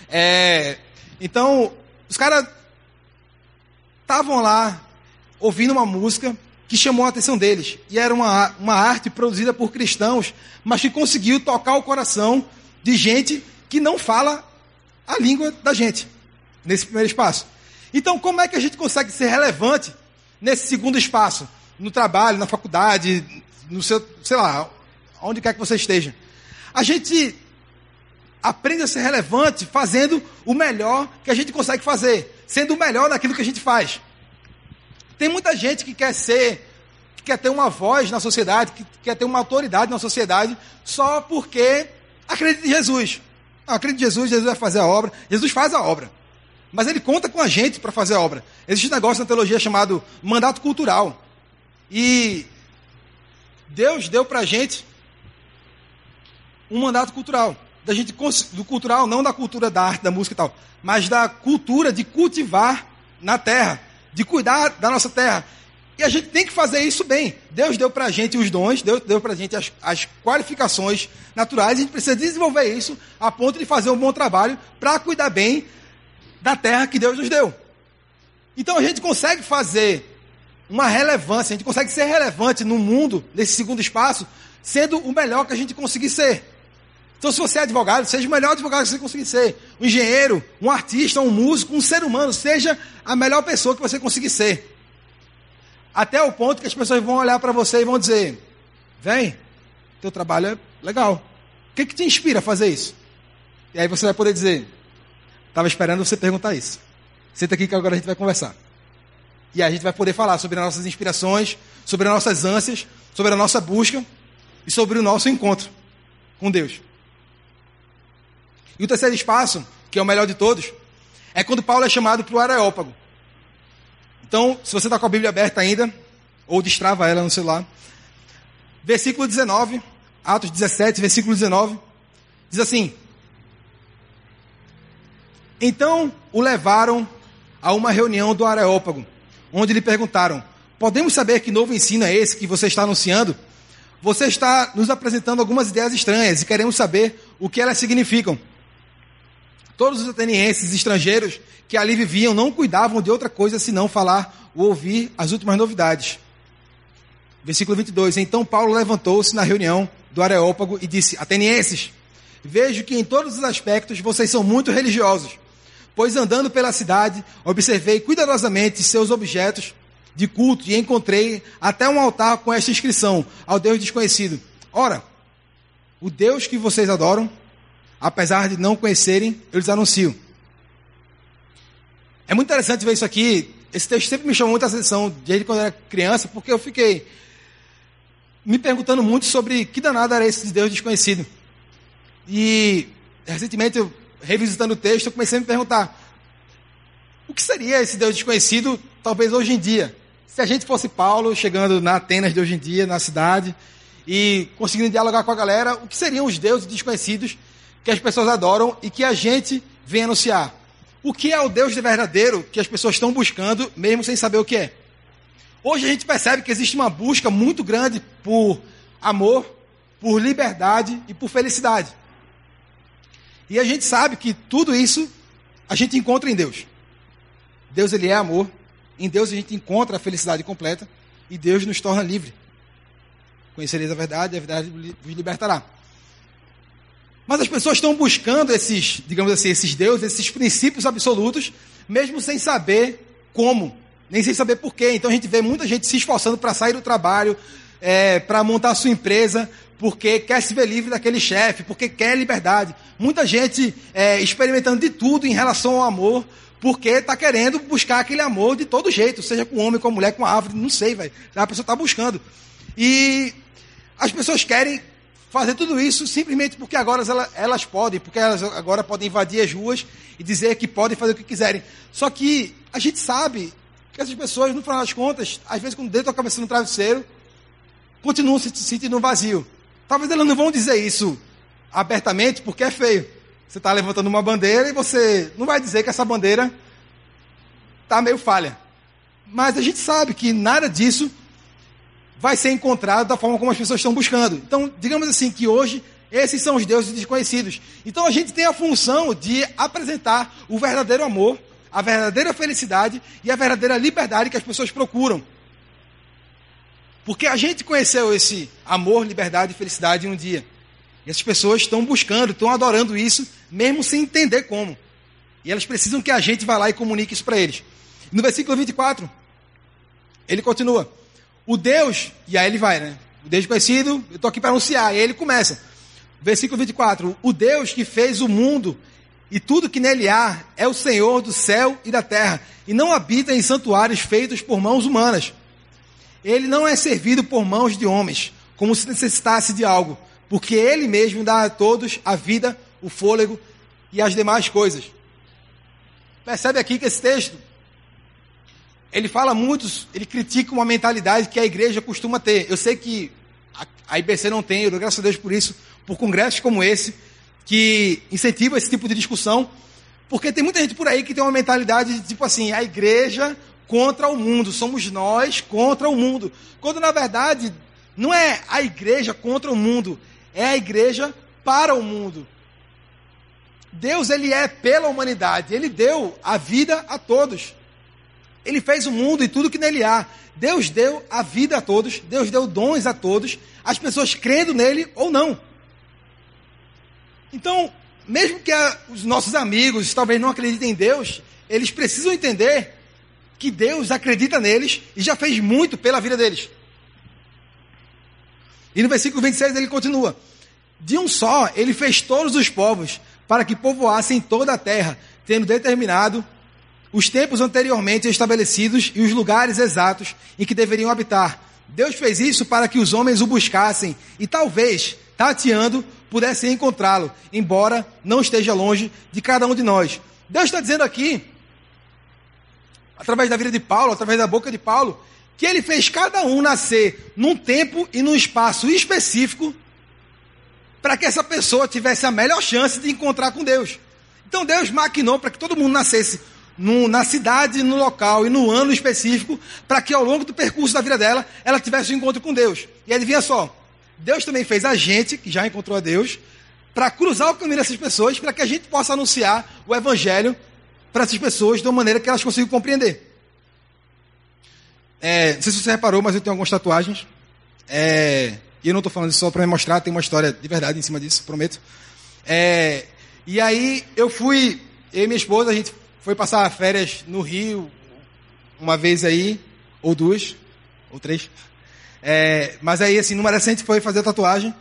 Então, os caras estavam lá ouvindo uma música que chamou a atenção deles. E era uma arte produzida por cristãos, mas que conseguiu tocar o coração de gente que não fala a língua da gente, nesse primeiro espaço. Então, como é que a gente consegue ser relevante nesse segundo espaço? No trabalho, na faculdade, no seu, sei lá, onde quer que você esteja. A gente aprende a ser relevante fazendo o melhor que a gente consegue fazer, sendo o melhor naquilo que a gente faz. Tem muita gente que quer ter uma voz na sociedade, que quer ter uma autoridade na sociedade, só porque acredita em Jesus. Acredita em Jesus, Jesus vai fazer a obra. Jesus faz a obra. Mas ele conta com a gente para fazer a obra. Existe um negócio na teologia chamado mandato cultural. E Deus deu para a gente um mandato cultural. Do cultural, não da cultura da arte, da música e tal, mas da cultura de cultivar na terra, de cuidar da nossa terra. E a gente tem que fazer isso bem. Deus deu para a gente os dons, Deus deu para a gente as qualificações naturais, e a gente precisa desenvolver isso a ponto de fazer um bom trabalho para cuidar bem da terra que Deus nos deu. Então a gente consegue fazer uma relevância, a gente consegue ser relevante no mundo, nesse segundo espaço, sendo o melhor que a gente conseguir ser. Então, se você é advogado, seja o melhor advogado que você conseguir ser. Um engenheiro, um artista, um músico, um ser humano, seja a melhor pessoa que você conseguir ser. Até o ponto que as pessoas vão olhar para você e vão dizer, vem, teu trabalho é legal. O que te inspira a fazer isso? E aí você vai poder dizer, estava esperando você perguntar isso. Senta aqui que agora a gente vai conversar. E a gente vai poder falar sobre as nossas inspirações, sobre as nossas ânsias, sobre a nossa busca e sobre o nosso encontro com Deus. E o terceiro espaço, que é o melhor de todos, é quando Paulo é chamado para o Areópago. Então, se você está com a Bíblia aberta ainda, ou destrava ela no celular, versículo 19, Atos 17, versículo 19, diz assim: Então o levaram a uma reunião do Areópago, onde lhe perguntaram: podemos saber que novo ensino é esse que você está anunciando? Você está nos apresentando algumas ideias estranhas e queremos saber o que elas significam. Todos os atenienses estrangeiros que ali viviam não cuidavam de outra coisa senão falar ou ouvir as últimas novidades. Versículo 22. Então Paulo levantou-se na reunião do Areópago e disse: atenienses, vejo que em todos os aspectos vocês são muito religiosos, pois andando pela cidade observei cuidadosamente seus objetos de culto e encontrei até um altar com esta inscrição: ao Deus desconhecido. Ora, o Deus que vocês adoram, apesar de não conhecerem, eu lhes anuncio. É muito interessante ver isso aqui. Esse texto sempre me chamou muita atenção desde quando eu era criança, porque eu fiquei me perguntando muito sobre que danado era esse Deus desconhecido. E recentemente, eu, revisitando o texto, eu comecei a me perguntar: o que seria esse Deus desconhecido, talvez hoje em dia? Se a gente fosse Paulo, chegando na Atenas de hoje em dia, na cidade, e conseguindo dialogar com a galera, o que seriam os deuses desconhecidos que as pessoas adoram e que a gente vem anunciar? O que é o Deus verdadeiro que as pessoas estão buscando, mesmo sem saber o que é? Hoje a gente percebe que existe uma busca muito grande por amor, por liberdade e por felicidade. E a gente sabe que tudo isso a gente encontra em Deus. Deus, ele é amor. Em Deus a gente encontra a felicidade completa. E Deus nos torna livre. Conhecereis a verdade vos libertará. Mas as pessoas estão buscando esses, digamos assim, esses deuses, esses princípios absolutos, mesmo sem saber como, nem sem saber porquê. Então a gente vê muita gente se esforçando para sair do trabalho, para montar a sua empresa, porque quer se ver livre daquele chefe, porque quer liberdade. Muita gente experimentando de tudo em relação ao amor, porque está querendo buscar aquele amor de todo jeito, seja com o homem, com a mulher, com a árvore, não sei, velho. A pessoa está buscando. E as pessoas querem fazer tudo isso simplesmente porque agora elas podem, porque elas agora podem invadir as ruas e dizer que podem fazer o que quiserem. Só que a gente sabe que essas pessoas, no final das contas, às vezes quando deitam a cabeça no travesseiro, continuam se sentindo vazio. Talvez elas não vão dizer isso abertamente porque é feio. Você está levantando uma bandeira e você não vai dizer que essa bandeira está meio falha. Mas a gente sabe que nada disso vai ser encontrado da forma como as pessoas estão buscando. Então, digamos assim, que hoje esses são os deuses desconhecidos. Então a gente tem a função de apresentar o verdadeiro amor, a verdadeira felicidade e a verdadeira liberdade que as pessoas procuram. Porque a gente conheceu esse amor, liberdade e felicidade em um dia. E essas pessoas estão buscando, estão adorando isso, mesmo sem entender como. E elas precisam que a gente vá lá e comunique isso para eles. No versículo 24, ele continua: o Deus, e aí ele vai, né? O Deus conhecido, eu estou aqui para anunciar. E aí ele começa. Versículo 24. O Deus que fez o mundo e tudo que nele há é o Senhor do céu e da terra, e não habita em santuários feitos por mãos humanas. Ele não é servido por mãos de homens, como se necessitasse de algo, porque ele mesmo dá a todos a vida, o fôlego e as demais coisas. Percebe aqui que esse texto, ele fala muito, ele critica uma mentalidade que a igreja costuma ter. Eu sei que a IBC não tem, eu dou graças a Deus por isso, por congressos como esse, que incentivam esse tipo de discussão, porque tem muita gente por aí que tem uma mentalidade de tipo assim, a igreja contra o mundo, somos nós contra o mundo. Quando na verdade não é a igreja contra o mundo, é a igreja para o mundo. Deus, ele é pela humanidade, ele deu a vida a todos. Ele fez o mundo e tudo que nele há. Deus deu a vida a todos, Deus deu dons a todos, as pessoas crendo nele ou não. Então, mesmo que os nossos amigos talvez não acreditem em Deus, eles precisam entender que Deus acredita neles e já fez muito pela vida deles. E no versículo 26 ele continua: de um só ele fez todos os povos, para que povoassem toda a terra, tendo determinado os tempos anteriormente estabelecidos e os lugares exatos em que deveriam habitar. Deus fez isso para que os homens o buscassem e talvez, tateando, pudessem encontrá-lo, embora não esteja longe de cada um de nós. Deus está dizendo aqui, através da vida de Paulo, através da boca de Paulo, que ele fez cada um nascer num tempo e num espaço específico para que essa pessoa tivesse a melhor chance de encontrar com Deus. Então Deus maquinou para que todo mundo nascesse na cidade, no local e no ano específico, para que ao longo do percurso da vida dela, ela tivesse um encontro com Deus. E adivinha só, Deus também fez a gente, que já encontrou a Deus, para cruzar o caminho dessas pessoas, para que a gente possa anunciar o Evangelho para essas pessoas de uma maneira que elas consigam compreender. Não sei se você reparou, mas eu tenho algumas tatuagens. E eu não estou falando isso só para me mostrar, tem uma história de verdade em cima disso, prometo. E aí eu e minha esposa, a gente foi passar férias no Rio, uma vez aí, ou duas, ou três. Mas aí, assim, numa dessas a gente foi fazer a tatuagem.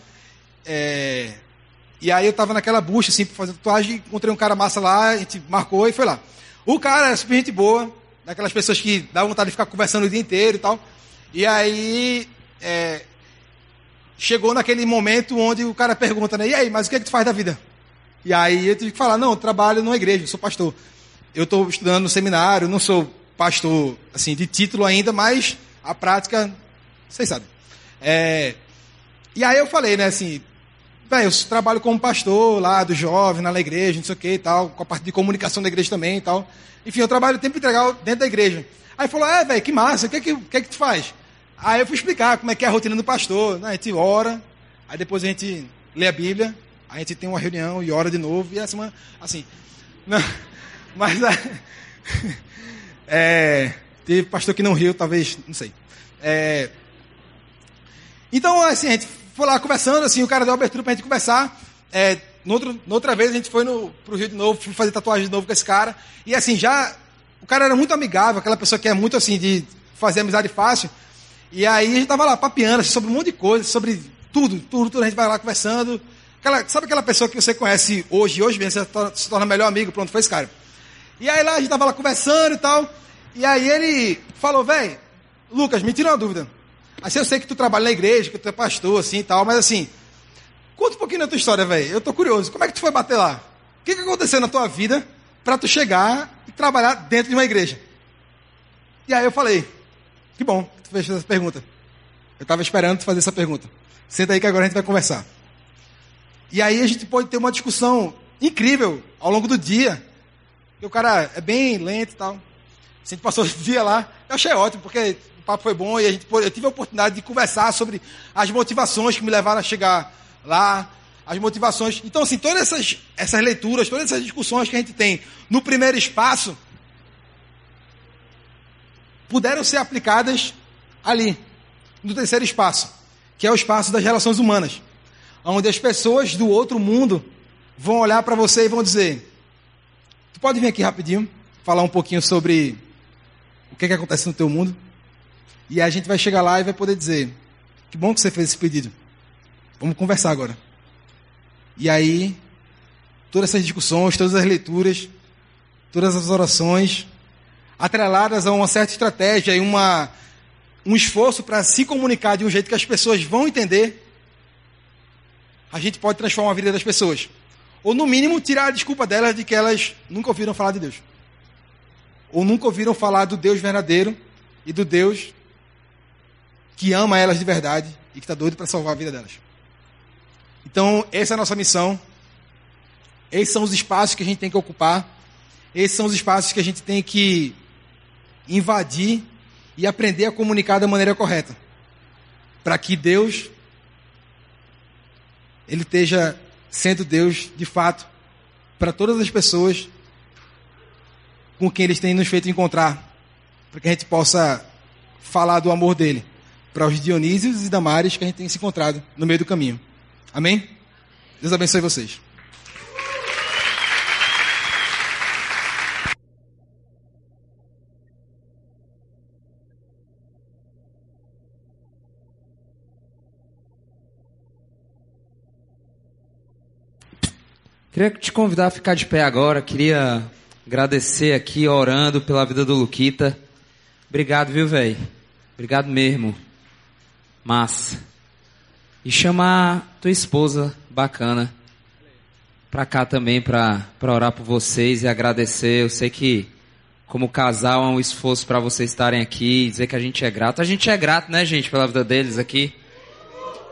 E aí eu tava naquela busca, assim, pra fazer tatuagem, encontrei um cara massa lá, a gente marcou e foi lá. O cara era super gente boa, daquelas pessoas que dá vontade de ficar conversando o dia inteiro e tal. E aí, chegou naquele momento onde o cara pergunta, né, e aí, mas o que é que tu faz da vida? E aí eu tive que falar, não, eu trabalho numa igreja, eu sou pastor. Eu estou estudando no seminário, não sou pastor, assim, de título ainda, mas a prática, vocês sabem. E aí eu falei, né, assim, eu trabalho como pastor lá do jovem, na igreja, não sei o que e tal, com a parte de comunicação da igreja também e tal. Enfim, eu trabalho o tempo integral dentro da igreja. Aí falou, velho, que massa, o que é que tu faz? Aí eu fui explicar como é que é a rotina do pastor, né? A gente ora, aí depois a gente lê a Bíblia, a gente tem uma reunião e ora de novo, e assim, não, mas teve pastor que não riu, talvez, não sei. Então, assim, a gente foi lá conversando, assim, o cara deu abertura pra gente conversar. Noutra vez a gente foi pro Rio de novo, fui fazer tatuagem de novo com esse cara. E assim, o cara era muito amigável, aquela pessoa que é muito assim, de fazer amizade fácil. E aí a gente tava lá papeando, assim, sobre um monte de coisa, sobre tudo, a gente vai lá conversando. Sabe aquela pessoa que você conhece hoje mesmo, você se torna melhor amigo, pronto, foi esse cara. E aí lá a gente tava lá conversando e tal. E aí ele falou, velho, Lucas, me tira uma dúvida. Assim, eu sei que tu trabalha na igreja, que tu é pastor, assim e tal, mas assim, conta um pouquinho da tua história, velho. Eu tô curioso. Como é que tu foi bater lá? O que aconteceu na tua vida pra tu chegar e trabalhar dentro de uma igreja? E aí eu falei, que bom que tu fez essa pergunta. Eu tava esperando tu fazer essa pergunta. Senta aí que agora a gente vai conversar. E aí a gente pode ter uma discussão incrível ao longo do dia. Porque o cara é bem lento e tal. A gente passou o dia lá. Eu achei ótimo, porque o papo foi bom e eu tive a oportunidade de conversar sobre as motivações que me levaram a chegar lá, as motivações. Então, assim, todas essas leituras, todas essas discussões que a gente tem no primeiro espaço, puderam ser aplicadas ali, no terceiro espaço, que é o espaço das relações humanas, onde as pessoas do outro mundo vão olhar para você e vão dizer, tu pode vir aqui rapidinho, falar um pouquinho sobre o que acontece no teu mundo? E a gente vai chegar lá e vai poder dizer, que bom que você fez esse pedido. Vamos conversar agora. E aí, todas essas discussões, todas as leituras, todas as orações, atreladas a uma certa estratégia e um esforço para se comunicar de um jeito que as pessoas vão entender, a gente pode transformar a vida das pessoas. Ou, no mínimo, tirar a desculpa delas de que elas nunca ouviram falar de Deus. Ou nunca ouviram falar do Deus verdadeiro e do Deus que ama elas de verdade e que está doido para salvar a vida delas. Então, essa é a nossa missão. Esses são os espaços que a gente tem que ocupar. Esses são os espaços que a gente tem que invadir e aprender a comunicar da maneira correta. Para que Deus, Ele esteja sendo Deus de fato para todas as pessoas com quem Ele tem nos feito encontrar. Para que a gente possa falar do amor dEle para os Dionísios e Damares que a gente tem se encontrado no meio do caminho. Amém? Deus abençoe vocês. Queria te convidar a ficar de pé agora. Queria agradecer aqui, orando pela vida do Luquita. Obrigado, viu, velho? Obrigado mesmo. Massa. E chamar tua esposa bacana pra cá também, pra orar por vocês e agradecer. Eu sei que, como casal, é um esforço pra vocês estarem aqui, dizer que a gente é grato. A gente é grato, né, gente, pela vida deles aqui.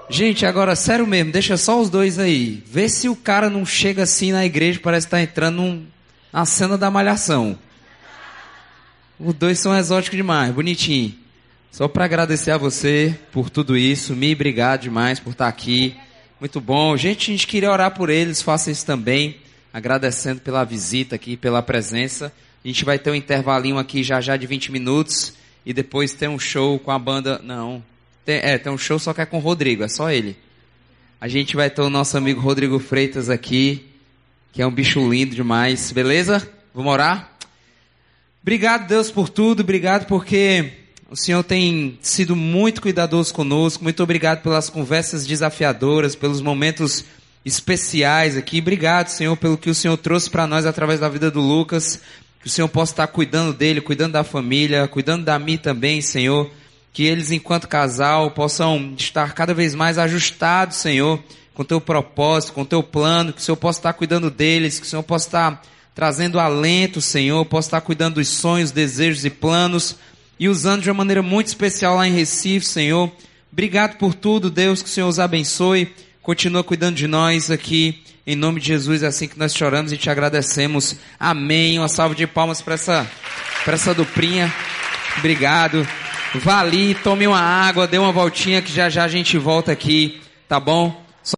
Gente, agora, sério mesmo, deixa só os dois aí. Vê se o cara não chega assim na igreja, parece que tá entrando na cena da Malhação. Os dois são exóticos demais, bonitinho. Só para agradecer a você por tudo isso. Mi, obrigado demais por estar aqui. Muito bom. Gente, a gente queria orar por eles, faça isso também. Agradecendo pela visita aqui, pela presença. A gente vai ter um intervalinho aqui já de 20 minutos. E depois tem um show com a banda... Não. Tem um show só que é com o Rodrigo, é só ele. A gente vai ter o nosso amigo Rodrigo Freitas aqui, que é um bicho lindo demais. Beleza? Vamos orar? Obrigado, Deus, por tudo. Obrigado porque o Senhor tem sido muito cuidadoso conosco. Muito obrigado pelas conversas desafiadoras, pelos momentos especiais aqui. Obrigado, Senhor, pelo que o Senhor trouxe para nós através da vida do Lucas. Que o Senhor possa estar cuidando dele, cuidando da família, cuidando da Mi também, Senhor. Que eles, enquanto casal, possam estar cada vez mais ajustados, Senhor, com o teu propósito, com o teu plano. Que o Senhor possa estar cuidando deles, que o Senhor possa estar trazendo alento, Senhor, possa estar cuidando dos sonhos, desejos e planos. E usando de uma maneira muito especial lá em Recife, Senhor. Obrigado por tudo, Deus, que o Senhor os abençoe. Continua cuidando de nós aqui. Em nome de Jesus, é assim que nós choramos e te agradecemos. Amém. Uma salva de palmas para essa duplinha. Obrigado. Vá ali, tome uma água, dê uma voltinha que já a gente volta aqui, tá bom?